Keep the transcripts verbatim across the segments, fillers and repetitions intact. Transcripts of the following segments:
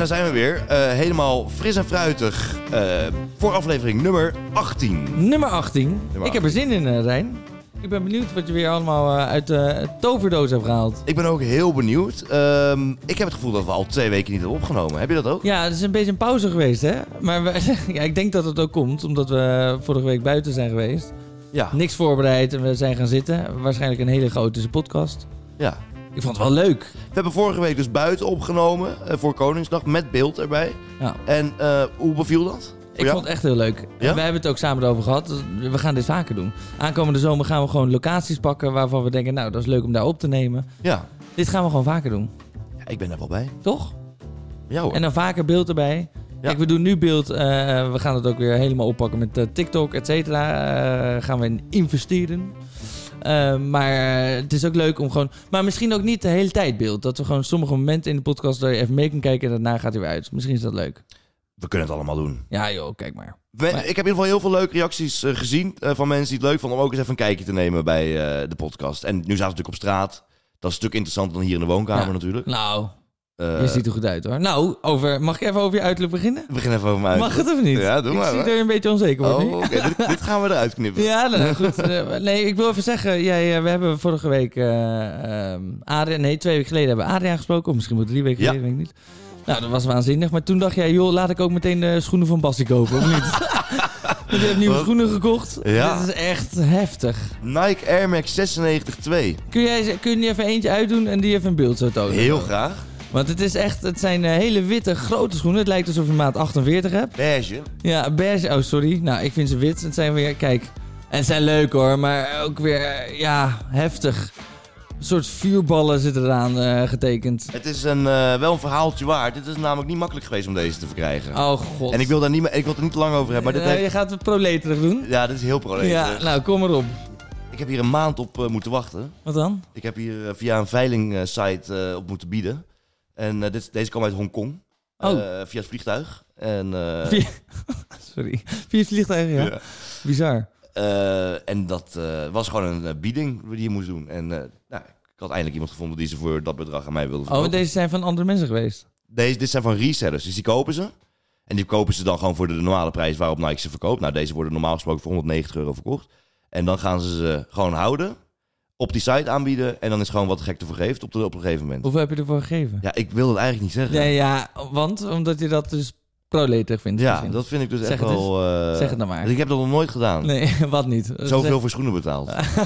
daar zijn we weer. Uh, helemaal fris en fruitig. Uh, voor aflevering nummer achttien. Nummer achttien. Nummer achttien. Ik heb er zin in, uh, Rijn. Ik ben benieuwd wat je weer allemaal uh, uit de uh, toverdoos hebt gehaald. Ik ben ook heel benieuwd. Uh, ik heb het gevoel dat we al twee weken niet hebben opgenomen. Heb je dat ook? Ja, het is een beetje een pauze geweest, hè? Maar we, ja, ik denk dat het ook komt, omdat we vorige week buiten zijn geweest. Ja. Niks voorbereid en we zijn gaan zitten. Waarschijnlijk een hele chaotische podcast. Ja. Ik vond het wel leuk. We hebben vorige week dus buiten opgenomen uh, voor Koningsdag met beeld erbij. Ja. En uh, hoe beviel dat? Ik vond het echt heel leuk. Ja? We hebben het ook samen erover gehad. We gaan dit vaker doen. Aankomende zomer gaan we gewoon locaties pakken waarvan we denken, nou, dat is leuk om daar op te nemen. Ja. Dit gaan we gewoon vaker doen. Ja, ik ben er wel bij. Toch? Ja hoor. En dan vaker beeld erbij. Ja. Kijk, we doen nu beeld. Uh, we gaan het ook weer helemaal oppakken met uh, TikTok, et cetera. Uh, gaan we in investeren. Uh, maar uh, het is ook leuk om gewoon... Maar misschien ook niet de hele tijd beeld. Dat we gewoon sommige momenten in de podcast daar even mee kunnen kijken en daarna gaat hij weer uit. Misschien is dat leuk. We kunnen het allemaal doen. Ja joh, kijk maar. We, maar... Ik heb in ieder geval heel veel leuke reacties uh, gezien uh, van mensen die het leuk vonden om ook eens even een kijkje te nemen bij uh, de podcast. En nu zaten we natuurlijk op straat. Dat is een stuk interessanter dan hier in de woonkamer ja. natuurlijk. Nou, uh, je ziet er goed uit hoor. Nou, over, mag ik even over je uiterlijk beginnen? We beginnen even over mijn Mag het of niet? Ja, doe ik maar. Ik zie er een beetje onzeker oh, worden. Okay. dit, dit gaan we eruit knippen. Ja, nou, goed. Nee, ik wil even zeggen, jij, we hebben vorige week uh, um, Adriaan, nee, twee weken geleden hebben we Adriaan gesproken. Of misschien moet het drie weken geleden, ja. weet ik niet. Nou, dat was waanzinnig. Maar toen dacht jij, joh, laat ik ook meteen de schoenen van Bassie kopen, of niet? Want je hebt nieuwe Wat? schoenen gekocht. Ja. Dit is echt heftig. Nike Air Max zesennegentig twee. Kun jij kun je even eentje uitdoen en die even een beeld zo tonen? Heel graag. Want het is echt, het zijn hele witte, grote schoenen. Het lijkt alsof je maat achtenveertig hebt. Beige. Ja, beige. Oh, sorry. Nou, ik vind ze wit. Het zijn weer, kijk. En het zijn leuk hoor, maar ook weer, ja, heftig. Een soort vuurballen zitten eraan uh, getekend. Het is een, uh, wel een verhaaltje waard. Het is namelijk niet makkelijk geweest om deze te verkrijgen. Oh god. En ik wil daar niet, ik wil het er niet te lang over hebben. Maar dit uh, heeft... Je gaat het proleterig doen? Ja, dit is heel proleterig. Ja, nou kom maar op. Ik heb hier een maand op uh, moeten wachten. Wat dan? Ik heb hier uh, via een veilingsite uh, op moeten bieden. En uh, dit, deze kwam uit Hongkong. Oh. Uh, via het vliegtuig. En, uh... via... Sorry. Via het vliegtuig, ja. ja. Bizar. Uh, en dat uh, was gewoon een uh, bieding die je moest doen. En uh, nou, ik had eindelijk iemand gevonden die ze voor dat bedrag aan mij wilde verkopen. Oh, deze zijn van andere mensen geweest? Deze, dit zijn van resellers, dus die kopen ze. En die kopen ze dan gewoon voor de normale prijs waarop Nike ze verkoopt. Nou, deze worden normaal gesproken voor honderdnegentig euro verkocht. En dan gaan ze ze gewoon houden, op die site aanbieden en dan is gewoon wat de gek te vergeeft op, de, op een gegeven moment. Hoeveel heb je ervoor gegeven? Ja, ik wil het eigenlijk niet zeggen. Ja, ja, want omdat je dat dus proleterig vindt. Ja, misschien. dat vind ik dus zeg echt het wel... Uh, zeg het nou maar. Ik heb dat nog nooit gedaan. Nee, wat niet? Zoveel zeg... voor schoenen betaald.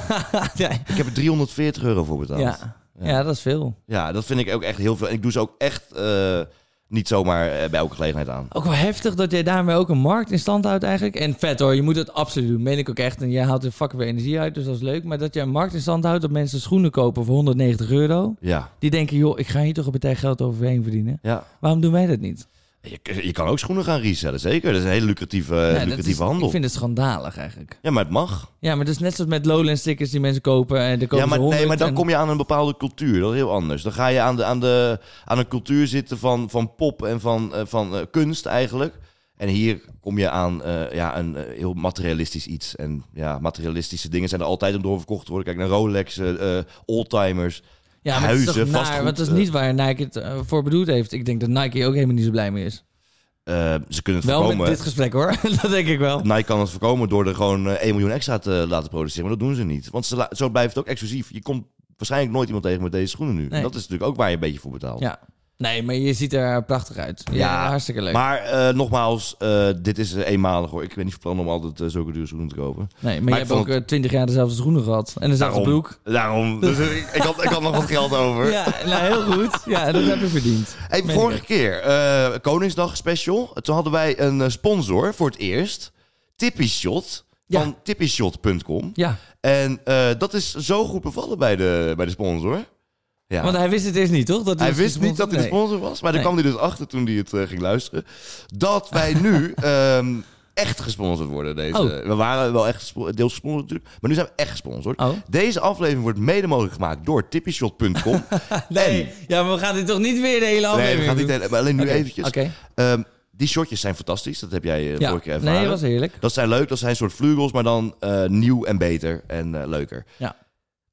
ja. Ik heb er driehonderdveertig euro voor betaald. Ja. Ja. ja, dat is veel. Ja, dat vind ik ook echt heel veel. En ik doe ze ook echt uh, niet zomaar uh, bij elke gelegenheid aan. Ook wel heftig dat jij daarmee ook een markt in stand houdt eigenlijk. En vet hoor, je moet het absoluut doen. Meen ik ook echt. En jij haalt er fucking weer energie uit, dus dat is leuk. Maar dat jij een markt in stand houdt dat mensen schoenen kopen voor honderdnegentig euro. Ja. Die denken, joh, ik ga hier toch een partij geld overheen verdienen. Ja. Waarom doen wij dat niet? Je, je kan ook schoenen gaan resellen, zeker. Dat is een hele lucratieve, ja, lucratieve is, handel. Ik vind het schandalig eigenlijk. Ja, maar het mag. Ja, maar dat is net zoals met Lowland stickers die mensen kopen. En de kopen ja, maar, nee, maar dan en... kom je aan een bepaalde cultuur. Dat is heel anders. Dan ga je aan, de, aan, de, aan een cultuur zitten van, van pop en van, uh, van uh, kunst eigenlijk. En hier kom je aan uh, ja, een uh, heel materialistisch iets. En ja, materialistische dingen zijn er altijd om doorverkocht te worden. Kijk naar Rolex, uh, uh, oldtimers... Ja, maar huizen, het is toch vastgoed. Naar, want dat is niet waar Nike het uh, voor bedoeld heeft. Ik denk dat Nike ook helemaal niet zo blij mee is. Uh, ze kunnen het wel voorkomen. Met dit gesprek hoor, dat denk ik wel. Nike kan het voorkomen door er gewoon uh, één miljoen extra te laten produceren. Maar dat doen ze niet. Want ze la- zo blijft het ook exclusief. Je komt waarschijnlijk nooit iemand tegen met deze schoenen nu. Nee. En dat is natuurlijk ook waar je een beetje voor betaalt. Ja. Nee, maar je ziet er prachtig uit. Ja, ja hartstikke leuk. Maar uh, nogmaals, uh, dit is uh, eenmalig hoor. Ik ben niet van plan om altijd uh, zulke dure schoenen te kopen. Nee, maar, maar je hebt ook het... twintig jaar dezelfde schoenen gehad. En dezelfde daarom, broek. Daarom. Dus ik, ik, had, ik had nog wat geld over. Ja, nou heel goed. Ja, dat heb je verdiend. Hey, vorige keer, uh, Koningsdag special. Toen hadden wij een uh, sponsor voor het eerst. Tippy Shot. Van ja. tippy shot punt com. Ja. En uh, dat is zo goed bevallen bij de, bij de sponsor. Ja. Want hij wist het eerst niet, toch? Dat hij wist niet dat hij de sponsor was. Maar nee. daar kwam hij dus achter toen hij het uh, ging luisteren. Dat wij nu um, echt gesponsord worden. Deze. Oh. We waren wel echt deels gesponsord natuurlijk. Maar nu zijn we echt gesponsord. Oh. Deze aflevering wordt mede mogelijk gemaakt door tippy shot punt com. nee, en... ja, maar we gaan dit toch niet weer de hele aflevering Nee, we gaan niet hele, maar alleen nu okay. eventjes. Okay. Um, die shotjes zijn fantastisch. Dat heb jij uh, ja. vorige keer ervaren. Nee, dat was heerlijk. Dat zijn leuk. Dat zijn soort vleugels, maar dan uh, nieuw en beter en uh, leuker. Ja.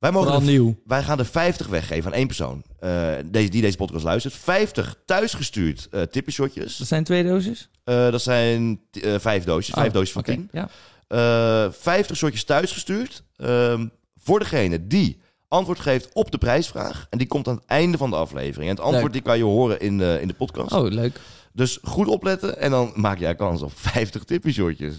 Wij, mogen Vooral de, nieuw. wij gaan er vijftig weggeven aan één persoon. Uh, deze, die deze podcast luistert. vijftig thuisgestuurd uh, tippenshotjes. Dat zijn twee doosjes? Uh, dat zijn uh, vijf doosjes. Oh, vijf doosjes van okay, tien. Ja. Uh, vijftig shotjes thuisgestuurd. Uh, voor degene die antwoord geeft op de prijsvraag. En die komt aan het einde van de aflevering. En het antwoord leuk. die kan je horen in de, in de podcast. Oh, leuk. Dus goed opletten en dan maak jij kans op vijftig tippenshotjes.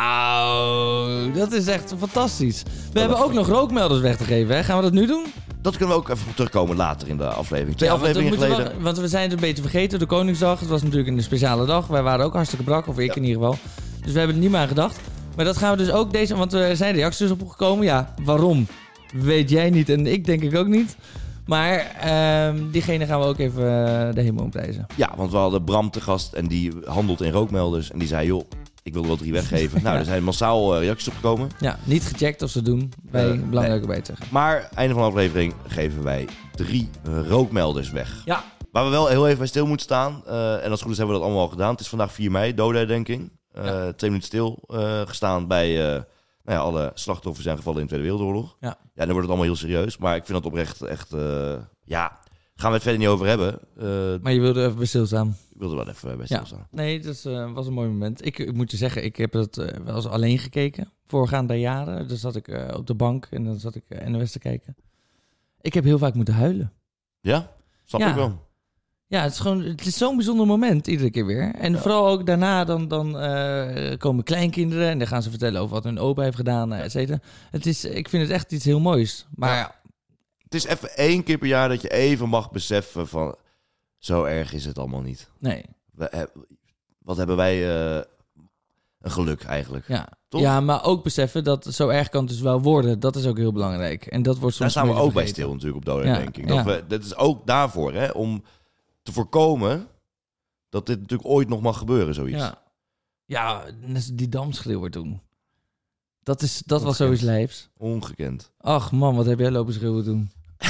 Nou, dat is echt fantastisch. We dat hebben ook nog rookmelders weg te geven, hè? Gaan we dat nu doen? Dat kunnen we ook even terugkomen later in de aflevering. Twee ja, afleveringen want geleden. We, want we zijn het een beetje vergeten, de Koningsdag. Het was natuurlijk een speciale dag. Wij waren ook hartstikke brak, of ik ja. in ieder geval. Dus we hebben er niet meer aan gedacht. Maar dat gaan we dus ook deze... Want er zijn reacties op gekomen. Ja, waarom? Weet jij niet en ik denk ik ook niet. Maar uh, diegene gaan we ook even uh, de hemel omprijzen. Ja, want we hadden Bram te gast en die handelt in rookmelders. En die zei, joh, ik wil er wel drie weggeven. Nou, ja. er zijn massaal uh, reacties opgekomen. Ja, niet gecheckt of ze doen. Wij, uh, belangrijk nee. bij te zeggen. Maar einde van de aflevering geven wij drie uh, rookmelders weg. Ja. Waar we wel heel even bij stil moeten staan. Uh, en als het goed is hebben we dat allemaal al gedaan. Het is vandaag vier mei, dodenherdenking. Uh, ja. Twee minuten stil uh, gestaan bij... Uh, Nou ja, alle slachtoffers zijn gevallen in de Tweede Wereldoorlog. Ja. Ja, dan wordt het allemaal heel serieus. Maar ik vind dat oprecht echt... Uh, ja, gaan we het verder niet over hebben. Uh, maar je wilde even bij stilstaan. Ik wilde wel even bij stilstaan. Ja. Nee, dat uh, was een mooi moment. Ik, ik moet je zeggen, ik heb het uh, wel eens alleen gekeken. Voorgaande jaren. Dus zat ik uh, op de bank en dan zat ik uh, N O S te kijken. Ik heb heel vaak moeten huilen. Ja? Snap ja. ik wel. Ja, het is gewoon, het is zo'n bijzonder moment iedere keer weer. En ja. vooral ook daarna dan, dan uh, komen kleinkinderen en dan gaan ze vertellen over wat hun opa heeft gedaan, et cetera. Het is, ik vind het echt iets heel moois. Maar ja. Het is even één keer per jaar dat je even mag beseffen van, zo erg is het allemaal niet. Nee. We, wat hebben wij uh, een geluk eigenlijk. Ja. Toch? Ja, maar ook beseffen dat zo erg kan het dus wel worden. Dat is ook heel belangrijk. En dat wordt soms daar staan we ook vergeten. bij stil natuurlijk op dodenherdenking. Ja. Dat, Ja. we, dat is ook daarvoor, hè, om te voorkomen dat dit natuurlijk ooit nog mag gebeuren, zoiets. Ja, ja die damschreeuwer toen. Dat, is, dat was zoiets lijfs. Ongekend. Ach man, wat heb jij lopen schreeuwen toen?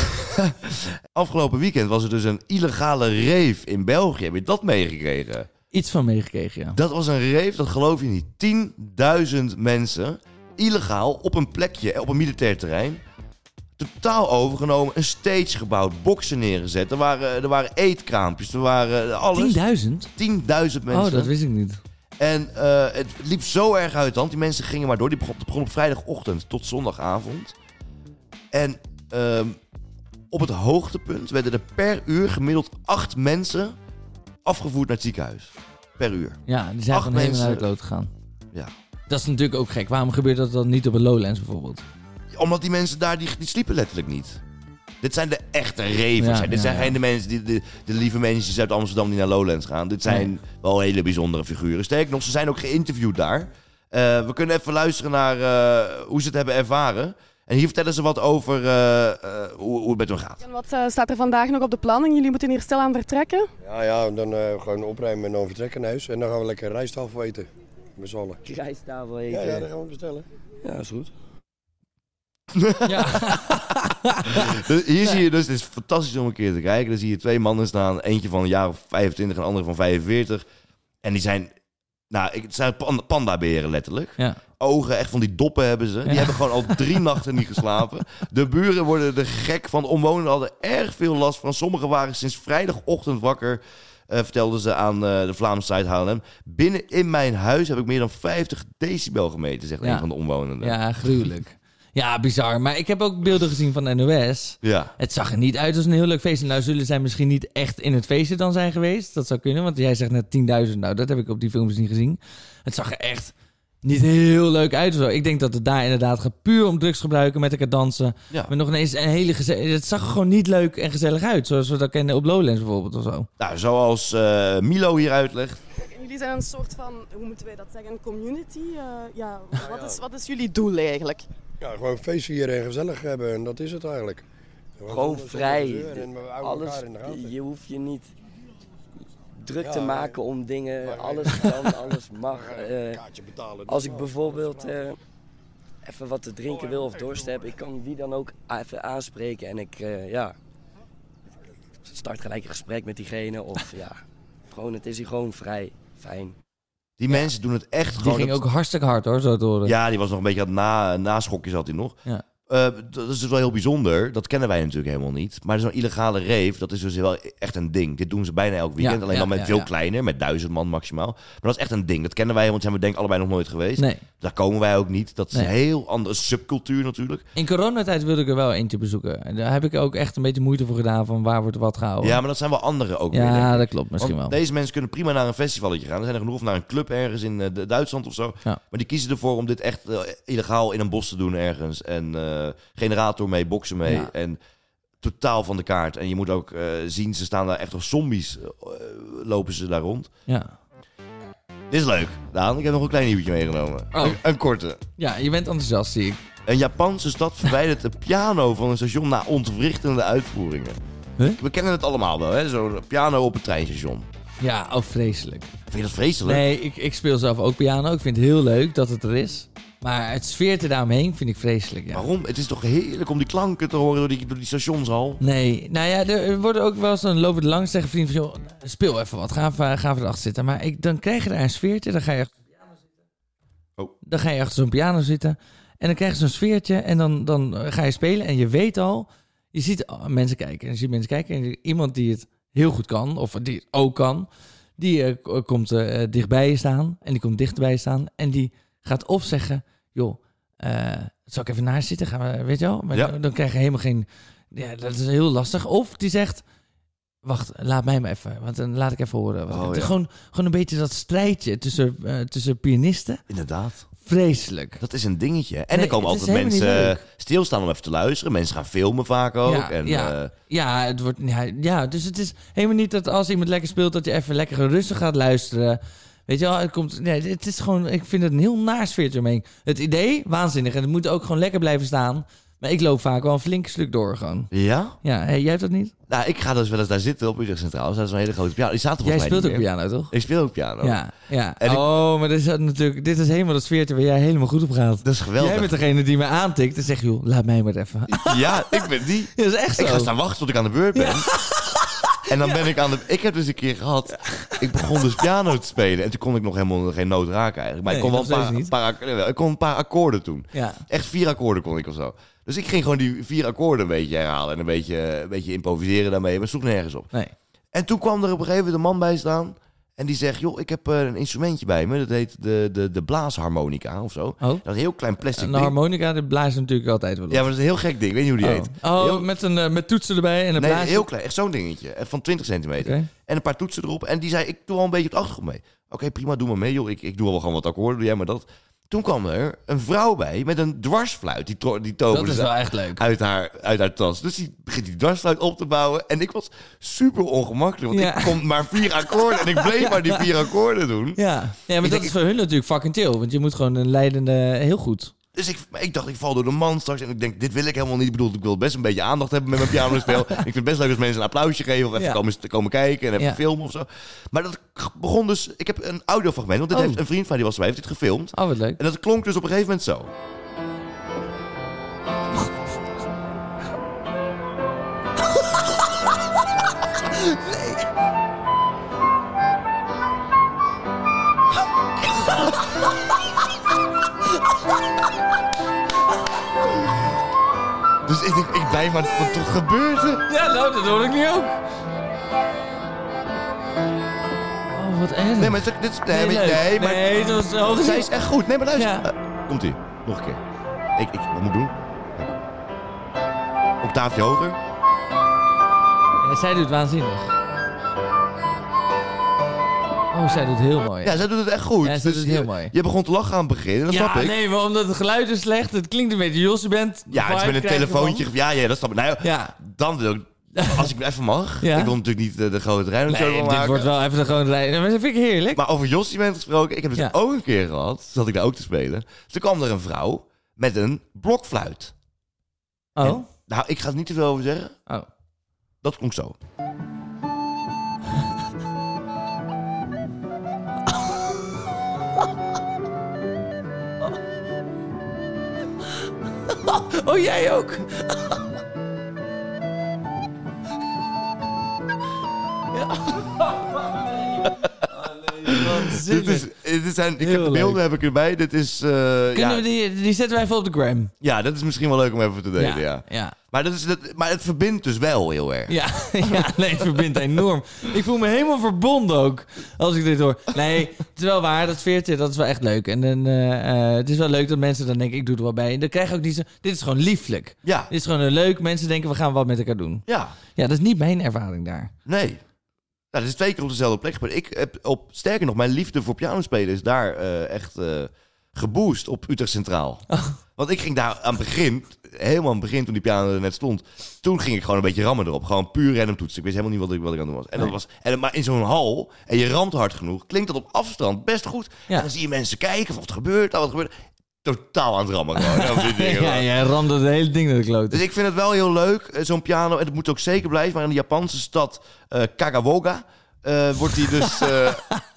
Afgelopen weekend was er dus een illegale rave in België. Heb je dat meegekregen? Iets van meegekregen, ja. Dat was een rave, dat geloof je niet. tienduizend mensen, illegaal, op een plekje, op een militair terrein. Totaal overgenomen, een stage gebouwd, boksen neergezet. Er waren, er waren eetkraampjes, er waren alles. tienduizend? tienduizend mensen. Oh, dat wist ik niet. En uh, het liep zo erg uit de hand. Die mensen gingen maar door. Die begon, begon op vrijdagochtend tot zondagavond. En uh, op het hoogtepunt werden er per uur gemiddeld acht mensen afgevoerd naar het ziekenhuis. Per uur. Ja, die zijn acht gewoon helemaal mensen... naar de dood gegaan. Ja. Dat is natuurlijk ook gek. Waarom gebeurt dat dan niet op een Lowlands bijvoorbeeld? Omdat die mensen daar, die, die sliepen letterlijk niet. Dit zijn de echte ravers. Ja, Dit ja, zijn ja. geen de mensen, die, de, de lieve mensen uit Amsterdam die naar Lowlands gaan. Dit zijn nee. wel hele bijzondere figuren. Sterker nog, ze zijn ook geïnterviewd daar. Uh, we kunnen even luisteren naar uh, hoe ze het hebben ervaren. En hier vertellen ze wat over uh, uh, hoe, hoe het met hen gaat. En wat uh, staat er vandaag nog op de planning? Jullie moeten hier stilaan vertrekken? Ja, ja dan uh, gewoon opruimen en dan vertrekken naar huis. En dan gaan we lekker rijsttafel eten. Met z'n allen. Rijsttafel eten? Ja, ja, dat gaan we bestellen. Ja, dat is goed. Ja. Dus hier zie je dus, het is fantastisch om een keer te kijken. Dan zie je twee mannen staan, eentje van een jaar of vijfentwintig en een andere van vijfenveertig. En die zijn, nou, het zijn pandaberen letterlijk. Ja. Ogen, echt van die doppen hebben ze. Die ja. hebben gewoon al drie nachten niet geslapen. De buren worden er gek van. De omwonenden hadden erg veel last van. Sommigen waren sinds vrijdagochtend wakker. Uh, vertelden ze aan uh, de Vlaamse site H L M. Binnen in mijn huis heb ik meer dan vijftig decibel gemeten, zegt ja. een van de omwonenden. Ja, gruwelijk. Ja, bizar. Maar ik heb ook beelden gezien van N O S. Ja. Het zag er niet uit als een heel leuk feest. Nou zullen zij misschien niet echt in het feestje dan zijn geweest. Dat zou kunnen, want jij zegt net tienduizend. Nou, dat heb ik op die filmpjes niet gezien. Het zag er echt niet heel leuk uit of zo. Ik denk dat het daar inderdaad gaat puur om drugs gebruiken, met elkaar dansen. Ja. Maar nog ineens een hele gezellig. Het zag er gewoon niet leuk en gezellig uit. Zoals we dat kennen op Lowlands bijvoorbeeld of zo. Nou, zoals uh, Milo hier uitlegt. Jullie zijn een soort van, hoe moeten wij dat zeggen, een community. Uh, ja, wat, is, wat is jullie doel eigenlijk? Ja, gewoon feest vieren en gezellig hebben en dat is het eigenlijk. Gewoon, gewoon vrij. Alles, je hoeft je niet druk ja, te maken om dingen. Alles kan, alles mag. Uh, als ik bijvoorbeeld uh, even wat te drinken wil of dorst heb, ik kan wie dan ook even aanspreken en ik uh, ja, start gelijk een gesprek met diegene of ja, gewoon het is hier gewoon vrij, fijn. Die ja. mensen doen het echt die gewoon... Die ging ook hartstikke hard hoor, zo te horen. Ja, die was nog een beetje aan het na, naschokjes had hij nog. Ja. Uh, dat is dus wel heel bijzonder. Dat kennen wij natuurlijk helemaal niet. Maar zo'n illegale rave, dat is dus wel echt een ding. Dit doen ze bijna elk weekend. Ja, alleen ja, dan met ja, veel ja. kleiner, met duizend man maximaal. Maar dat is echt een ding. Dat kennen wij, want zijn we denk ik allebei nog nooit geweest. Nee. Daar komen wij ook niet. Dat is nee. een heel andere subcultuur natuurlijk. In coronatijd wilde ik er wel eentje bezoeken. En daar heb ik ook echt een beetje moeite voor gedaan van waar wordt wat gehouden. Ja, maar dat zijn wel andere ook ja, weer. Ja, dat klopt misschien want wel. Deze mensen kunnen prima naar een festivalletje gaan. Er zijn er genoeg of naar een club ergens in uh, Duitsland of zo. Ja. Maar die kiezen ervoor om dit echt uh, illegaal in een bos te doen ergens. En uh, generator mee, boksen mee. Ja. En totaal van de kaart. En je moet ook uh, zien, ze staan daar echt als zombies. Uh, lopen ze daar rond. Ja. Dit is leuk, Daan. Ik heb nog een klein nieuwtje meegenomen. Oh. Een, een korte. Ja, je bent enthousiast, zie ik. Een Japanse stad verwijdert de piano van een station na ontwrichtende uitvoeringen. Huh? We kennen het allemaal wel, hè? Zo'n piano op een treinstation. Ja, oh vreselijk. Vind je dat vreselijk? Nee, ik, ik speel zelf ook piano. Ik vind het heel leuk dat het er is. Maar het sfeertje daaromheen vind ik vreselijk, ja. Waarom? Het is toch heerlijk om die klanken te horen door die, door die stationshal? Nee, nou ja, er worden ook wel eens een lopen er langs tegen vrienden van... Joh, speel even wat, ga even, ga even erachter zitten. Maar ik, dan krijg je daar een sfeertje, dan ga je achter zo'n piano zitten. Oh. Dan ga je achter zo'n piano zitten. En dan krijg je zo'n sfeertje en dan, dan ga je spelen. En je weet al, je ziet mensen kijken. En je ziet mensen kijken en iemand die het heel goed kan, of die het ook kan... die uh, komt uh, dichtbij je staan en die komt dichterbij je staan. En die gaat of zeggen... joh, uh, zal ik even naast zitten? Gaan we, weet je wel? Maar ja. dan, dan krijg je helemaal geen... Ja, dat is heel lastig. Of die zegt... wacht, laat mij maar even. Want dan laat ik even horen. Oh, het is ja. gewoon, gewoon een beetje dat strijdje tussen, uh, tussen pianisten. Inderdaad. Vreselijk. Dat is een dingetje. En nee, er komen altijd mensen stilstaan om even te luisteren. Mensen gaan filmen vaak ook. Ja, en, ja. Uh... ja, het wordt, ja, ja, dus het is helemaal niet dat als iemand lekker speelt... dat je even lekker rustig gaat luisteren... Weet je wel, het komt. Nee, het is gewoon. Ik vind het een heel naar sfeertje omheen. Het idee, waanzinnig. En het moet ook gewoon lekker blijven staan. Maar ik loop vaak wel een flink stuk door gewoon. Ja? Ja, hey, jij hebt dat niet? Nou, ik ga dus wel eens daar zitten op Utrecht Centraal. Dat is een hele grote piano. Die staat er jij speelt ook piano, toch? Ik speel ook piano. Ja, ja. En oh, ik... maar dit is natuurlijk. Dit is helemaal dat sfeertje waar jij helemaal goed op gaat. Dat is geweldig. Jij bent degene die me aantikt en zegt, joh, laat mij maar even. Ja, ik ben die. Dat is echt zo. Ik ga staan wachten tot ik aan de beurt ben. Ja. En dan ja. ben ik aan de... Ik heb dus een keer gehad... Ik begon dus piano te spelen. En toen kon ik nog helemaal geen noot raken eigenlijk. Maar nee, ik kon wel een paar, een paar, ik kon een paar akkoorden toen. Ja. Echt vier akkoorden kon ik of zo. Dus ik ging gewoon die vier akkoorden een beetje herhalen. En een beetje, een beetje improviseren daarmee. Maar sloeg nergens op. Nee. En toen kwam er op een gegeven moment een man bij staan. En die zegt, joh, ik heb uh, een instrumentje bij me. Dat heet de, de, de blaasharmonica of zo. Oh. Dat is een heel klein plastic een ding. Een harmonica, dat blaast natuurlijk altijd wel op. Ja, maar dat is een heel gek ding. Ik weet niet hoe die oh. heet. Oh, heel... met, een, uh, met toetsen erbij en een nee, blaas. heel klein. Echt zo'n dingetje. Van twintig centimeter. Okay. En een paar toetsen erop. En die zei, ik doe al een beetje op de achtergrond mee. Oké, okay, prima, doe maar mee, joh. Ik, ik doe wel gewoon wat akkoorden, doe jij maar dat. Toen kwam er een vrouw bij met een dwarsfluit. Die, to- die toverde dat is wel echt leuk. Uit haar, uit haar tas. Dus die begint die dwarsfluit op te bouwen. En ik was super ongemakkelijk. Want ja. ik kon maar vier akkoorden. En ik bleef maar die vier akkoorden doen. Ja, ja maar ik dat denk, is voor hun natuurlijk fucking chill. Want je moet gewoon een leidende... Heel goed. Dus ik, ik dacht, ik val door de man straks. En ik denk, dit wil ik helemaal niet. Ik bedoel, ik wil best een beetje aandacht hebben met mijn pianospel. Ik vind het best leuk als mensen een applausje geven. Of even ja. komen, komen kijken en even ja. filmen of zo. Maar dat begon dus... Ik heb een audiofragment. Want dit oh. heeft een vriend van mij, die was erbij, heeft dit gefilmd. Oh, wat leuk. En dat klonk dus op een gegeven moment zo. Nee. Dus ik denk, ik blijf maar wat toch gebeurde. Ja, nou, dat hoor ik nu ook. Oh, wat erg. Nee, maar dit is... Nee, nee, nee, maar... Nee, dat was wel... Zij is echt goed. Nee, maar luister. Ja. Uh, komt-ie. Nog een keer. Ik, ik, wat moet ik doen? Octaafje hoger. Ja, zij doet waanzinnig. Oh, zij doet heel mooi. Ja, zij doet het echt goed. Ja, zij dus doet heel je, mooi. Je begon te lachen aan het begin, dat ja, snap ik. nee, maar omdat het geluid is slecht. Het klinkt een beetje Josse bent. Ja, het is met een telefoontje. Ja, ja, dat snap ik. Nou, ja. Dan wil ik... Als ik even mag. Ja. Ik wil natuurlijk niet de, de grote Reinoud nee, show dit maken. wordt wel even de grote Reinoud. Maar dat vind ik heerlijk. Maar over Jossie bent gesproken. Ik heb dus ja. ook een keer gehad. Zat ik daar ook te spelen. Toen kwam er een vrouw met een blokfluit. Oh. En, nou, ik ga er niet te veel over zeggen. Oh. Dat klonk zo. Oh, jij ook? Ja. Oh, nee. Oh, nee. Dit is, dit zijn, ik heb de beelden heb ik erbij. Dit is... Uh, Kunnen ja. we die, die zetten wij even op de gram. Ja, dat is misschien wel leuk om even te delen, ja. ja. ja. Maar, dat is, dat, maar het verbindt dus wel heel erg. Ja, ja, nee, het verbindt enorm. Ik voel me helemaal verbonden ook, als ik dit hoor. Nee, het is wel waar, dat veertje, dat is wel echt leuk. En dan, uh, uh, het is wel leuk dat mensen dan denken, ik doe er wel bij. En dan krijg je ook niet zo... Dit is gewoon lieflijk. Ja. Dit is gewoon leuk. Mensen denken, we gaan wat met elkaar doen. Ja. Ja, dat is niet mijn ervaring daar. Nee. Nou, dat is twee keer op dezelfde plek gebeurd. Ik heb op, sterker nog, mijn liefde voor pianospelen is daar uh, echt uh, geboost op Utrecht Centraal. Oh. Want ik ging daar aan het begin, helemaal aan het begin toen die piano er net stond, toen ging ik gewoon een beetje rammen erop. Gewoon puur random toetsen. Ik wist helemaal niet wat ik, wat ik aan het doen was. En nee. dat was en, maar in zo'n hal, en je ramt hard genoeg, klinkt dat op afstand best goed. Ja. En dan zie je mensen kijken, wat gebeurt er, wat gebeurt er. Totaal aan het rammen gewoon. dingen, ja, jij ramde het hele ding naar de kloot. Dus ik vind het wel heel leuk, zo'n piano. En het moet ook zeker blijven. Maar in de Japanse stad uh, Kagawoga uh, wordt die dus, uh,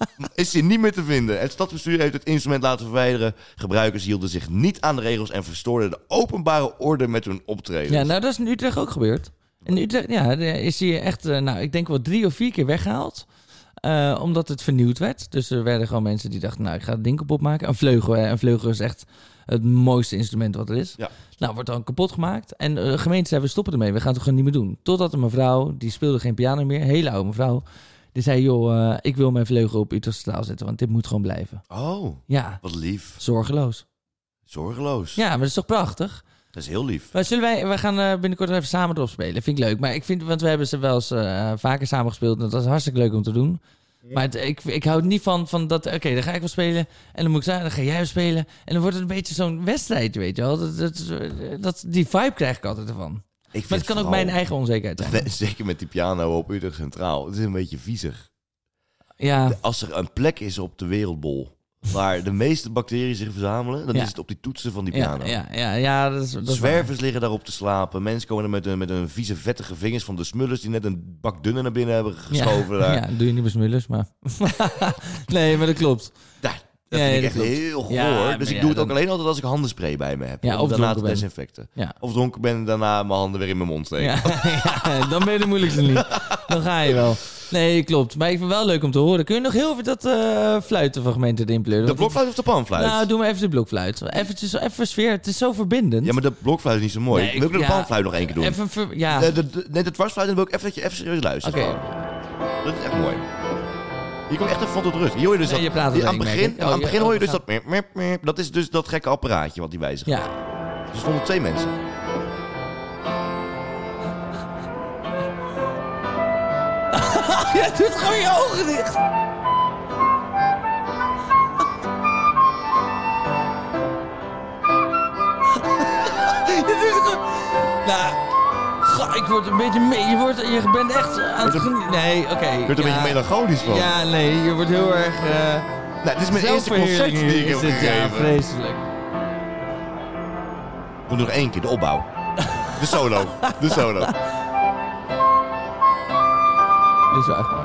is die niet meer te vinden. Het stadsbestuur heeft het instrument laten verwijderen. Gebruikers hielden zich niet aan de regels en verstoorden de openbare orde met hun optreden. Ja, nou dat is in Utrecht ook gebeurd. In Utrecht, ja, is hij echt, uh, nou ik denk wel drie of vier keer weggehaald. Uh, omdat het vernieuwd werd. Dus er werden gewoon mensen die dachten, nou, ik ga het ding kapot maken. Een vleugel, hè. Een vleugel is echt het mooiste instrument wat er is. Ja. Nou, wordt dan kapot gemaakt. En de gemeente zei, we stoppen ermee. We gaan het gewoon niet meer doen. Totdat een mevrouw, die speelde geen piano meer. Een hele oude mevrouw. Die zei, joh, uh, ik wil mijn vleugel op Utrecht Centraal zetten. Want dit moet gewoon blijven. Oh, ja. Wat lief. Zorgeloos. Zorgeloos. Ja, maar dat is toch prachtig? Dat is heel lief. Maar zullen wij, wij gaan uh, binnenkort even samen erop spelen. Vind ik leuk. Maar ik vind, want we hebben ze wel eens uh, vaker samen gespeeld. En dat is hartstikke leuk om te doen. Ja. Maar het, ik, ik hou het niet van, van dat... Oké, okay, dan ga ik wel spelen. En dan moet ik zeggen, dan ga jij wel spelen. En dan wordt het een beetje zo'n wedstrijdje, weet je wel. Dat, dat, dat, die vibe krijg ik altijd ervan. Ik maar het kan ook mijn eigen onzekerheid zijn. Zeker met die piano op Utrecht Centraal. Het is een beetje viezig. Ja. Als er een plek is op de wereldbol waar de meeste bacteriën zich verzamelen, dan ja. is het op die toetsen van die piano. Ja, ja, ja, ja dat is, dat Zwervers is liggen daarop te slapen. Mensen komen er met een, met een vieze, vettige vingers van de smullers die net een bak dunner naar binnen hebben geschoven. Ja, daar. ja doe je niet met smullers, maar... nee, maar dat klopt. Ja, dat ja, vind ik ja, echt klopt. heel goor. Ja, dus ik ja, doe het dan... ook alleen altijd als ik handenspray bij me heb. Ja, om of daarna te ben. desinfecten. Ja. Of dronken ben en daarna mijn handen weer in mijn mond steken. Ja, ja, dan ben je de moeilijkste niet. Dan ga je wel. Nee, klopt. Maar ik vind het wel leuk om te horen. Kun je nog heel even dat uh, fluitenfragment erin pleuren? De blokfluit of de panfluit? Nou, doe maar even de blokfluit. Eventjes, even sfeer. Het is zo verbindend. Ja, maar de blokfluit is niet zo mooi. Nee, wil ik de ja, panfluit nog één keer doen? Even ver, ja. De, de, de, nee, de dwarsfluit, dan wil ik even dat je even serieus luistert. Oké. Okay. Dat is echt mooi. Je komt echt even van tot rust. Hier hoor je dus nee, dat, je praat die, aan het begin, oh, aan het begin ja, hoor je oh, dus dat... Meep, meep, meep, dat is dus dat gekke apparaatje wat die wijzigt. Ja. Dus er stonden twee mensen. Je doet gewoon je ogen dicht. Je doet gewoon... Nou, ga, ik word een beetje mee. Je, wordt, je bent echt aan het genieten. Nee, oké. Okay, je wordt er ja. een beetje melancholisch van. Ja, nee, je wordt heel erg... Uh, nou, dit is mijn eerste concert die ik heb gegeven. Ja, vreselijk. Doe nog één keer, de opbouw. De solo. De solo. Dit is wel echt mooi.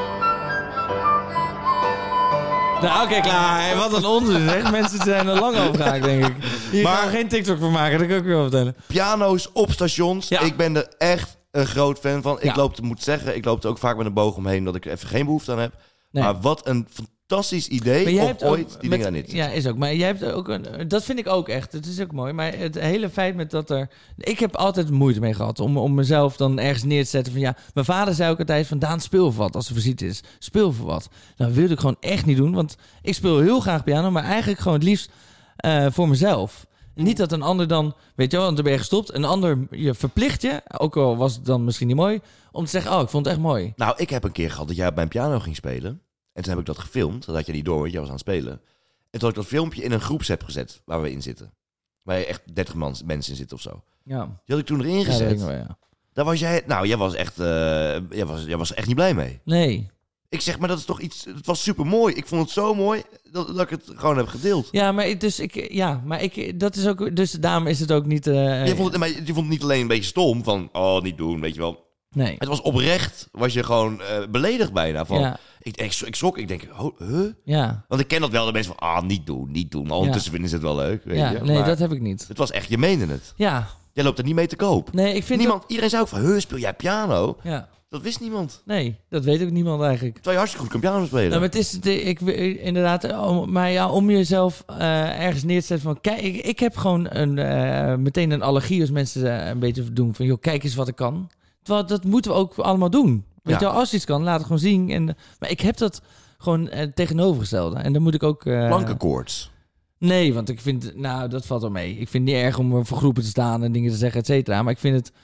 Nou, oké, okay, klaar. Wat een onzin, zeg. Mensen zijn er lang over gehaakt, denk ik. Hier maar gaan we geen TikTok voor maken, dat kan ik u wel vertellen. Piano's op stations. Ja. Ik ben er echt een groot fan van. Ik ja. loop, moet zeggen, ik loop er ook vaak met een boog omheen dat ik er even geen behoefte aan heb. Nee. Maar wat een fantastisch idee om ooit die dingen aan niet. Ja, is ook. Maar jij hebt ook een... Dat vind ik ook echt. Het is ook mooi. Maar het hele feit met dat er... Ik heb altijd moeite mee gehad om, om mezelf dan ergens neer te zetten van ja... Mijn vader zei ook altijd van Daan, speel voor wat als er visite is. Speel voor wat. Nou, dat wilde ik gewoon echt niet doen. Want ik speel heel graag piano, maar eigenlijk gewoon het liefst uh, voor mezelf. Niet dat een ander dan, weet je wel, want dan ben je gestopt. Een ander je verplicht je, ook al was het dan misschien niet mooi, om te zeggen, oh, ik vond het echt mooi. Nou, ik heb een keer gehad dat jij op mijn piano ging spelen. En toen heb ik dat gefilmd. Dat had je niet door, want jij was aan het spelen. En toen had ik dat filmpje in een groepsapp gezet waar we in zitten. Waar je echt dertig man, mensen in zitten of zo. Ja. Die had ik toen erin gezet. Ja, dat wel, ja. Daar was jij, nou, jij was echt, uh, jij was, jij was er echt niet blij mee. Nee. Ik zeg, maar dat is toch iets, het was super mooi. Ik vond het zo mooi dat, dat ik het gewoon heb gedeeld. Ja, maar ik, dus ik, ja, maar ik, dat is ook, dus daarom is het ook niet. Uh, je, vond het, maar je vond het niet alleen een beetje stom van, oh, niet doen, weet je wel. Nee. Het was oprecht, was je gewoon uh, beledigd bijna. Van, ja. ik, ik, ik schrok, ik denk, oh, huh? Ja. Want ik ken dat wel, de mensen van, ah, niet doen, niet doen. Maar ondertussen ja. vinden ze het wel leuk, weet ja, je. Nee, maar dat heb ik niet. Het was echt, je meende het. Ja. Jij loopt er niet mee te koop. Nee, ik vind Niemand, dat... iedereen zei ook van, huh, speel jij piano? Ja. Dat wist niemand. Nee, dat weet ook niemand eigenlijk. Terwijl je hartstikke goed kan piano spelen. Nou, maar het is, de, ik, inderdaad, om, maar ja, om jezelf uh, ergens neer te zetten van... Kijk, ik, ik heb gewoon een, uh, meteen een allergie als mensen uh, een beetje doen van... joh, kijk eens wat ik kan. Terwijl, dat moeten we ook allemaal doen. Weet ja. je wel, als je iets kan, laat het gewoon zien. En, maar ik heb dat gewoon uh, tegenovergestelde. En dan moet ik ook... Uh, Plankenkoorts. Nee, want ik vind... Nou, dat valt wel mee. Ik vind het niet erg om voor groepen te staan en dingen te zeggen, et cetera. Maar ik vind het...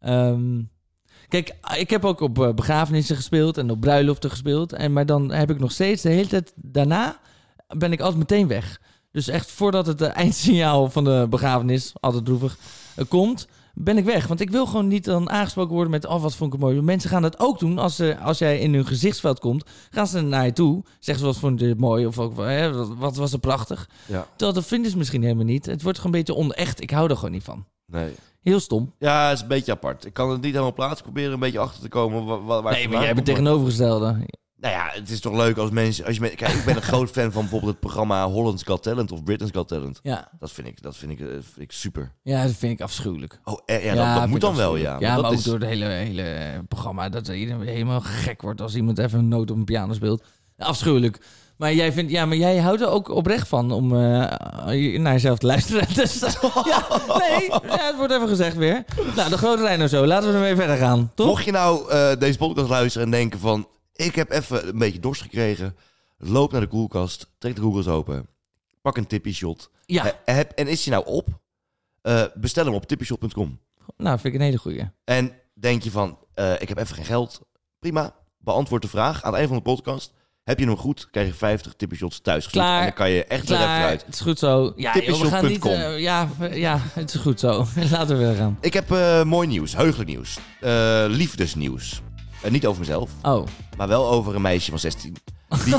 Um, Kijk, ik heb ook op begrafenissen gespeeld en op bruiloften gespeeld. En, maar dan heb ik nog steeds de hele tijd daarna ben ik altijd meteen weg. Dus echt voordat het eindsignaal van de begrafenis, altijd droevig, uh, komt, ben ik weg. Want ik wil gewoon niet dan aangesproken worden met, oh, wat vond ik mooi. Mensen gaan dat ook doen. Als, ze, als jij in hun gezichtsveld komt, gaan ze naar je toe. Zeggen ze, wat vond je mooi? Of ook, hè, wat was er prachtig? Ja. Terwijl dat vinden ze misschien helemaal niet. Het wordt gewoon een beetje onecht. Ik hou er gewoon niet van. Nee. Heel stom. Ja, het is een beetje apart. Ik kan het niet helemaal plaatsen. Proberen een beetje achter te komen. Waar, waar nee, maar jij bent tegenovergestelde. Nou ja, het is toch leuk als mensen... Als je, kijk, ik ben een groot fan van bijvoorbeeld het programma Holland's Got Talent of Britain's Got Talent. Ja. Dat vind ik, dat vind ik, vind ik super. Ja, dat vind ik afschuwelijk. Oh, ja, ja, dat, dat moet dan wel, ja. Ja, maar, maar ook is... door het hele, hele programma. Dat iedereen helemaal gek wordt als iemand even een noot op een piano speelt. Afschuwelijk. Maar jij vindt, ja, maar jij houdt er ook oprecht van om uh, naar jezelf te luisteren. Dus, ja, nee, ja, het wordt even gezegd weer. Nou, de grote lijn of zo. Laten we ermee verder gaan, toch? Mocht je nou uh, deze podcast luisteren en denken van... ik heb even een beetje dorst gekregen. Loop naar de koelkast. Trek de koelkast open. Pak een tippie shot. Ja. Uh, heb, en is je nou op? Uh, bestel hem op tippie shot punt com. Nou, vind ik een hele goeie. En denk je van, uh, ik heb even geen geld. Prima. Beantwoord de vraag aan het eind van de podcast... Heb je hem goed, krijg je vijftig tippyshots thuis gestuurd. En dan kan je echt weer even uit. Het is goed zo. Ja, joh, we gaan niet, uh, ja, ja, het is goed zo. Laten we weer gaan. Ik heb uh, mooi nieuws, heugelijk nieuws. Uh, liefdesnieuws. Uh, niet over mezelf. Oh. Maar wel over een meisje van zestien. Die...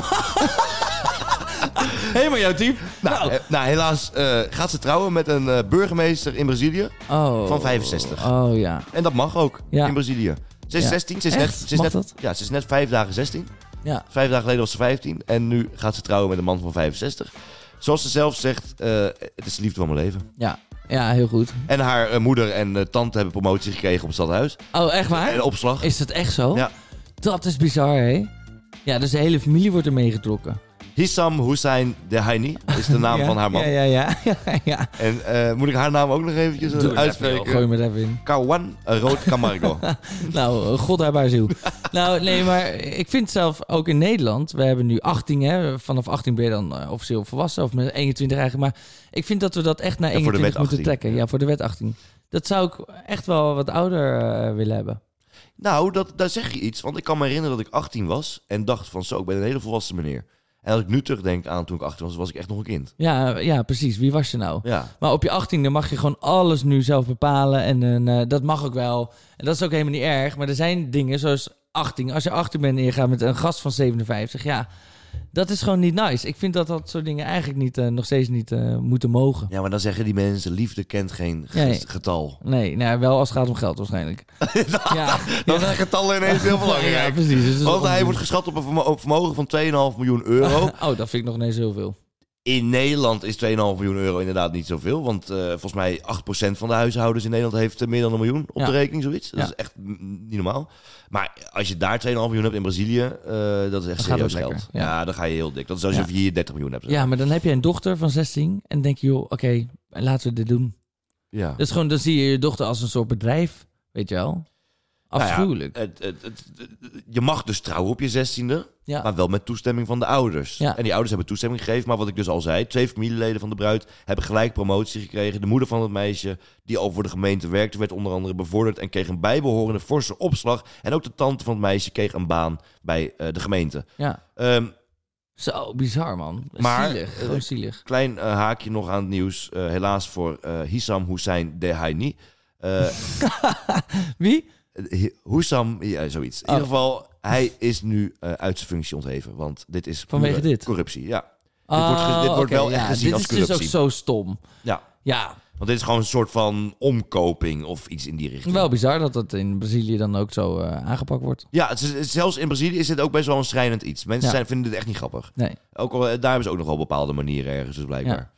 Helemaal jouw type. Nou, nou. Uh, nou helaas uh, gaat ze trouwen met een uh, burgemeester in Brazilië. Oh. Van vijfenzestig. Oh ja. En dat mag ook ja. in Brazilië. Ze is ja. zestien. Ze is, net, ze, is net, ja, ze is net vijf dagen zestien. Ja. Vijf dagen geleden was ze vijftien. En nu gaat ze trouwen met een man van vijfenzestig. Zoals ze zelf zegt, uh, het is de liefde van mijn leven. Ja, ja, heel goed. En haar uh, moeder en uh, tante hebben promotie gekregen op het stadhuis. Oh, echt waar? En opslag. Is dat echt zo? Ja. Dat is bizar, hè? Ja, dus de hele familie wordt er meegetrokken. Hissam Hussein Dehaini is de naam ja, van haar man. Ja, ja, ja. ja, ja. En uh, moet ik haar naam ook nog eventjes uh, uitspreken? Even, gooi me er even in. Kawan Rood Camargo. Nou, god haar bij ziel. Nou, nee, maar ik vind zelf ook in Nederland... We hebben nu achttien, hè. Vanaf achttien ben je dan uh, officieel volwassen. Of met eenentwintig eigenlijk. Maar ik vind dat we dat echt naar ja, eenentwintig moeten trekken. Ja, voor de wet achttien. Dat zou ik echt wel wat ouder uh, willen hebben. Nou, dat, daar zeg je iets. Want ik kan me herinneren dat ik achttien was... en dacht van zo, ik ben een hele volwassen meneer. En als ik nu terugdenk aan toen ik achttien was, was ik echt nog een kind. Ja, ja, precies. Wie was je nou? Ja. Maar op je achttiende mag je gewoon alles nu zelf bepalen. En uh, dat mag ook wel. En dat is ook helemaal niet erg. Maar er zijn dingen zoals achttien. Als je achttien bent en je gaat met een gast van zevenenvijftig... ja, dat is gewoon niet nice. Ik vind dat dat soort dingen eigenlijk niet, uh, nog steeds niet uh, moeten mogen. Ja, maar dan zeggen die mensen, liefde kent geen nee. getal. Nee, nou, wel als het gaat om geld waarschijnlijk. ja. Dan zijn getallen ineens heel belangrijk. Ja, precies. Dus Want hij wordt geschat op een vermogen van twee komma vijf miljoen euro. Oh, dat vind ik nog ineens heel veel. In Nederland is twee komma vijf miljoen euro inderdaad niet zoveel. Want uh, volgens mij acht procent van de huishoudens in Nederland heeft uh, meer dan een miljoen op ja. de rekening, zoiets. Dat ja. is echt niet normaal. Maar als je daar twee komma vijf miljoen hebt in Brazilië, uh, dat is echt serieus geld. Ja. ja, dan ga je heel dik. Dat is alsof ja. je hier dertig miljoen hebt. Zeg. Ja, maar dan heb je een dochter van zestien en denk je, joh, oké, okay, laten we dit doen. Ja. Dus gewoon, dan zie je je dochter als een soort bedrijf, weet je wel. Afschuwelijk. Nou ja, het, het, het, je mag dus trouwen op je zestiende, ja. maar wel met toestemming van de ouders. Ja. En die ouders hebben toestemming gegeven, maar wat ik dus al zei, twee familieleden van de bruid hebben gelijk promotie gekregen. De moeder van het meisje, die al voor de gemeente werkte, werd onder andere bevorderd en kreeg een bijbehorende forse opslag. En ook de tante van het meisje kreeg een baan bij uh, de gemeente. Ja. Um, Zo, bizar man. Maar, zielig, gewoon zielig. Klein uh, haakje nog aan het nieuws. Uh, helaas voor uh, Hissam Hussein Dehaini. Uh, Wie? Husam, ja, zoiets. In oh. ieder geval, hij is nu uh, uit zijn functie ontheven. Want dit is vanwege dit? corruptie, ja. Oh, dit wordt, ge- dit wordt okay, wel ja, echt gezien als corruptie. Dit is dus ook zo stom. Ja. Ja. Want dit is gewoon een soort van omkoping of iets in die richting. Wel bizar dat dat in Brazilië dan ook zo uh, aangepakt wordt. Ja, het is, zelfs in Brazilië is dit ook best wel een schrijnend iets. Mensen ja. zijn, vinden dit echt niet grappig. Nee. Ook al, daar hebben ze ook nog wel bepaalde manieren ergens, dus blijkbaar.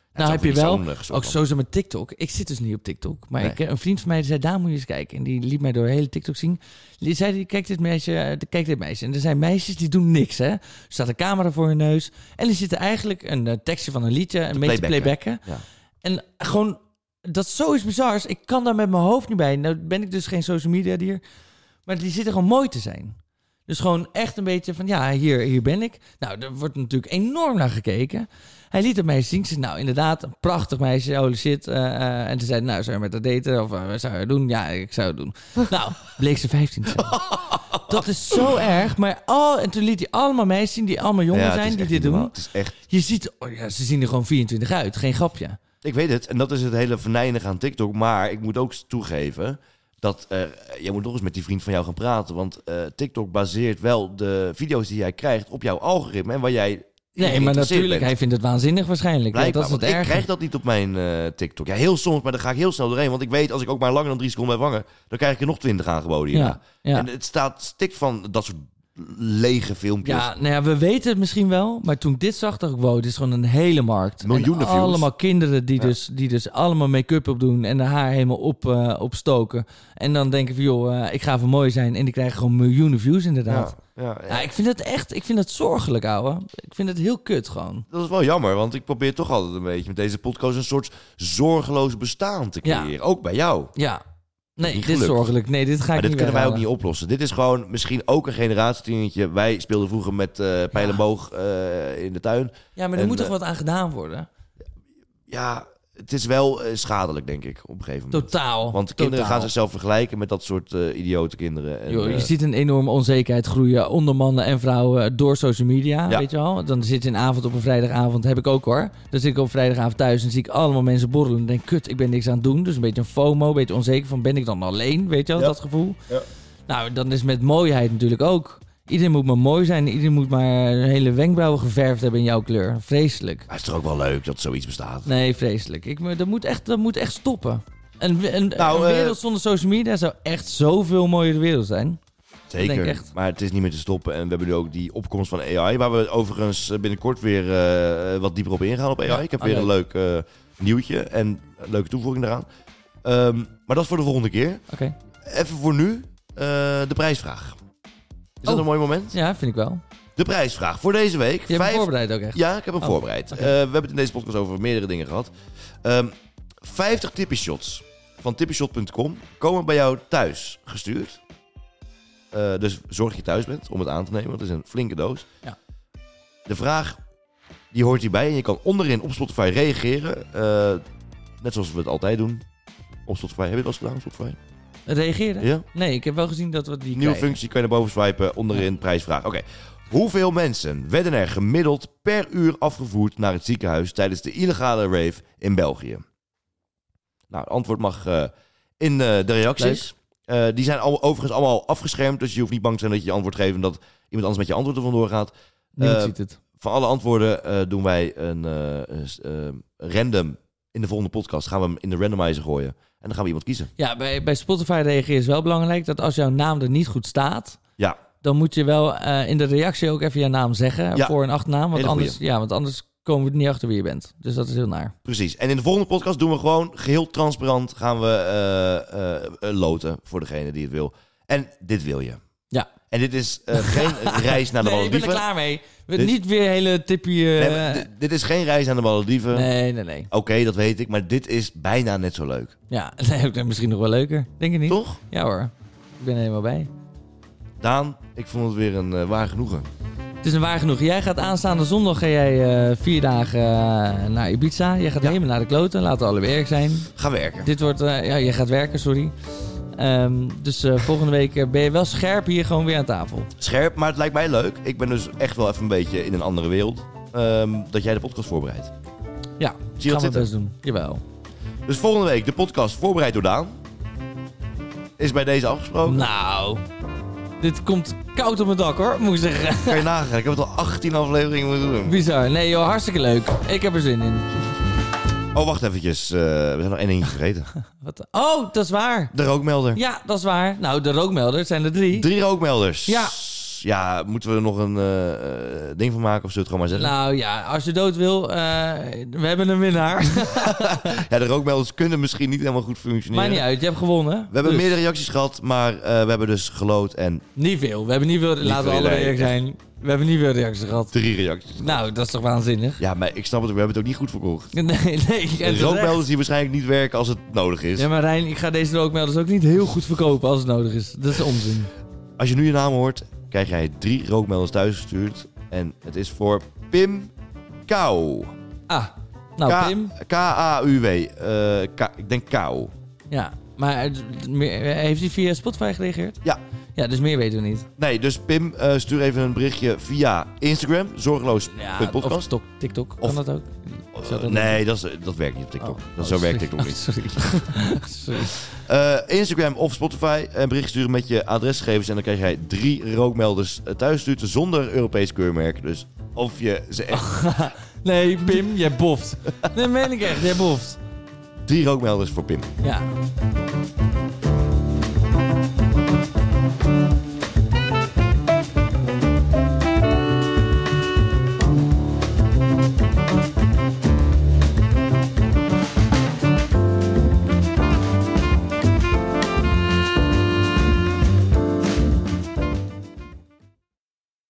Nou heb je wel, zo ook sowieso met TikTok. Ik zit dus niet op TikTok. Maar nee. ik, een vriend van mij die zei, daar moet je eens kijken. En die liet mij door de hele TikTok zien. Die zei, kijk dit meisje, kijk dit meisje. En er zijn meisjes die doen niks, hè. Er staat een camera voor hun neus. En die zitten eigenlijk een uh, tekstje van een liedje, een beetje playbacken. Ja. En gewoon, dat is zoiets bizars. Ik kan daar met mijn hoofd niet bij. Nou ben ik dus geen social media dier. Maar die zitten gewoon mooi te zijn. Dus gewoon echt een beetje van, ja, hier, hier ben ik. Nou, er wordt natuurlijk enorm naar gekeken. Hij liet het meisje zien. Ze zei, nou, inderdaad, een prachtig meisje. Holy shit. Uh, uh, en ze zei, nou, zou je met haar daten? Of uh, wat zou je doen? Ja, ik zou het doen. Nou, bleek ze vijftien te zijn. Dat is zo erg. Maar oh, en toen liet hij allemaal meisjes zien die allemaal jongen ja, zijn die dit doen. Het is echt... Je ziet, oh ja, ze zien er gewoon vierentwintig uit. Geen grapje. Ik weet het. En dat is het hele venijnig aan TikTok. Maar ik moet ook toegeven dat uh, jij moet nog eens met die vriend van jou gaan praten. Want uh, TikTok baseert wel de video's die jij krijgt op jouw algoritme. En waar jij... Nee, maar natuurlijk, bent. Hij vindt het waanzinnig waarschijnlijk. Blijkbaar, dat is het ik erg. krijg dat niet op mijn uh, TikTok. Ja, heel soms, maar dan ga ik heel snel doorheen. Want ik weet, als ik ook maar langer dan drie seconden blijf hangen, dan krijg ik er nog twintig aangeboden. Ja, ja. En het staat stik van dat soort lege filmpjes. Ja, nou ja, we weten het misschien wel. Maar toen ik dit zag, dacht ik, wow, dit is gewoon een hele markt. Miljoenen views. Allemaal kinderen die, ja. dus, die dus allemaal make-up opdoen en de haar helemaal op, uh, opstoken. En dan denken van, joh, uh, ik ga even mooi zijn. En die krijgen gewoon miljoenen views inderdaad. Ja, ja, ja. Ja, ik vind het echt, ik vind het zorgelijk, ouwe. Ik vind het heel kut gewoon. Dat is wel jammer, want ik probeer toch altijd een beetje met deze podcast een soort zorgeloos bestaan te creëren. Ja. Ook bij jou. Ja. Nee, dit is zorgelijk. Nee, dit ga ik maar niet dit kunnen wij weghalen. ook niet oplossen. Dit is gewoon misschien ook een generatiedingetje. Wij speelden vroeger met uh, pijl en boog uh, in de tuin. Ja, maar er en, moet toch uh, wat aan gedaan worden? Ja, het is wel uh, schadelijk, denk ik, op een gegeven moment. Totaal. Want de kinderen gaan zichzelf vergelijken met dat soort uh, idiote kinderen. En, jo, je uh, ziet een enorme onzekerheid groeien onder mannen en vrouwen door social media, ja. weet je wel. Dan zit je een avond op een vrijdagavond, heb ik ook hoor. Dan zit ik op vrijdagavond thuis en zie ik allemaal mensen borrelen. En denk, kut, ik ben niks aan het doen. Dus een beetje een FOMO, een beetje onzeker van, ben ik dan alleen? Weet je wel, ja. dat gevoel. Ja. Nou, dan is met mooiheid natuurlijk ook. Iedereen moet maar mooi zijn. Iedereen moet maar een hele wenkbrauwen geverfd hebben in jouw kleur. Vreselijk. Maar het is toch ook wel leuk dat zoiets bestaat? Nee, vreselijk. Ik, dat, moet echt, dat moet echt stoppen. Een, een, nou, een wereld uh, zonder social media zou echt zoveel mooiere wereld zijn. Zeker, echt. Maar het is niet meer te stoppen. En we hebben nu ook die opkomst van A I... waar we overigens binnenkort weer uh, wat dieper op ingaan op A I. Ja, ik heb ah, weer leuk. een leuk uh, nieuwtje en een leuke toevoeging daaraan. Um, maar dat is voor de volgende keer. Okay. Even voor nu uh, de prijsvraag. Is dat oh. een mooi moment? Ja, vind ik wel. De prijsvraag voor deze week. Je hebt hem voorbereid ook echt? Ja, ik heb hem oh. voorbereid. Okay. Uh, we hebben het in deze podcast over meerdere dingen gehad. Um, vijftig tippyshots van tippyshot punt com komen bij jou thuis gestuurd. Uh, dus zorg dat je thuis bent om het aan te nemen, want het is een flinke doos. Ja. De vraag, die hoort hierbij. En je kan onderin op Spotify reageren. Uh, net zoals we het altijd doen. Op Spotify. Heb je dat al gedaan op Spotify? Reageren? Ja? Nee, ik heb wel gezien dat we die Nieuwe krijgen. Functie, kan je naar boven swipen, onderin ja. prijsvraag. Oké. Okay. Hoeveel mensen werden er gemiddeld per uur afgevoerd naar het ziekenhuis tijdens de illegale rave in België? Nou, het antwoord mag uh, in uh, de reacties. Uh, die zijn al, overigens allemaal afgeschermd, dus je hoeft niet bang te zijn dat je je antwoord geeft en dat iemand anders met je antwoord er vandoor gaat. Niemand uh, ziet het. Van alle antwoorden uh, doen wij een uh, uh, random in de volgende podcast. Gaan we hem in de randomizer gooien. En dan gaan we iemand kiezen. Ja, bij, bij Spotify reageren is wel belangrijk dat als jouw naam er niet goed staat, ja. dan moet je wel uh, in de reactie ook even je naam zeggen. Ja. Voor- en achternaam. Want anders, ja, want anders komen we er niet achter wie je bent. Dus dat is heel naar. Precies. En in de volgende podcast doen we gewoon geheel transparant. Gaan we uh, uh, loten voor degene die het wil. En dit wil je. Ja. En dit is uh, geen reis naar de nee, Malediven. Ik ben er klaar mee. Dit... Niet weer hele tippie... Uh... Nee, d- dit is geen reis naar de Malediven. Nee, nee, nee. Oké, okay, dat weet ik. Maar dit is bijna net zo leuk. Ja, nee, misschien nog wel leuker. Denk je niet? Toch? Ja hoor. Ik ben er helemaal bij. Daan, ik vond het weer een uh, waar genoegen. Het is een waar genoegen. Jij gaat aanstaande zondag ga jij uh, vier dagen uh, naar Ibiza. Jij gaat ja. helemaal naar de kloten. Laten we alle werk zijn. Ga werken. Dit wordt... Uh, ja, je gaat werken, sorry. Um, dus uh, volgende week uh, ben je wel scherp hier gewoon weer aan tafel. Scherp, maar het lijkt mij leuk. Ik ben dus echt wel even een beetje in een andere wereld. Um, dat jij de podcast voorbereidt. Ja, zie je gaan we best doen. Jawel. Dus volgende week de podcast voorbereid door Daan. Is bij deze afgesproken. Nou, dit komt koud op mijn dak hoor, moet ik zeggen. Kan je nagaan, ik heb het al achttien afleveringen moeten doen. Bizar. Nee joh, hartstikke leuk. Ik heb er zin in. Oh, wacht eventjes. Uh, we zijn nog één dingetje vergeten. Wat? Oh, dat is waar. De rookmelder. Ja, dat is waar. Nou, de rookmelder zijn er drie. Drie rookmelders. Ja. Dus ja, moeten we er nog een uh, ding van maken of zullen we het gewoon maar zeggen? Nou ja, als je dood wil, uh, we hebben een winnaar. Ja, de rookmelders kunnen misschien niet helemaal goed functioneren. Maakt niet uit, je hebt gewonnen. We hebben dus. meerdere reacties gehad, maar uh, we hebben dus geloot en... Niet veel. We hebben niet veel... Niet laten we veel, alle nee, eerlijk zijn. We hebben niet veel reacties gehad. Drie reacties. Nou, dat is toch waanzinnig? Ja, maar ik snap het, we hebben het ook niet goed verkocht. Nee, nee. De rookmelders die waarschijnlijk niet werken als het nodig is. Ja, maar Rijn, ik ga deze rookmelders ook niet heel goed verkopen als het nodig is. Dat is onzin. Als je nu je naam hoort, krijg jij drie rookmelders thuisgestuurd. En het is voor Pim Kou. Ah, nou K- Pim. K A U W. Uh, K- ik denk Kou. Ja, maar uh, meer- heeft hij via Spotify gereageerd? Ja. Ja, dus meer weten we niet. Nee, dus Pim, uh, stuur even een berichtje via Instagram. Zorgeloos. Ja, podcast. of tok, TikTok. Kan Of- dat ook? Zou dat Nee, dat, is, dat werkt niet op TikTok. Oh. dat Oh, zo sorry. werkt TikTok niet. Oh, sorry. sorry. Uh, Instagram of Spotify. Een bericht sturen met je adresgegevens. En dan krijg jij drie rookmelders uh, thuisgestuurd zonder Europees keurmerk. Dus of je ze echt... Nee, Pim, jij boft. Nee, meen ik echt. Jij boft. Drie rookmelders voor Pim. Ja.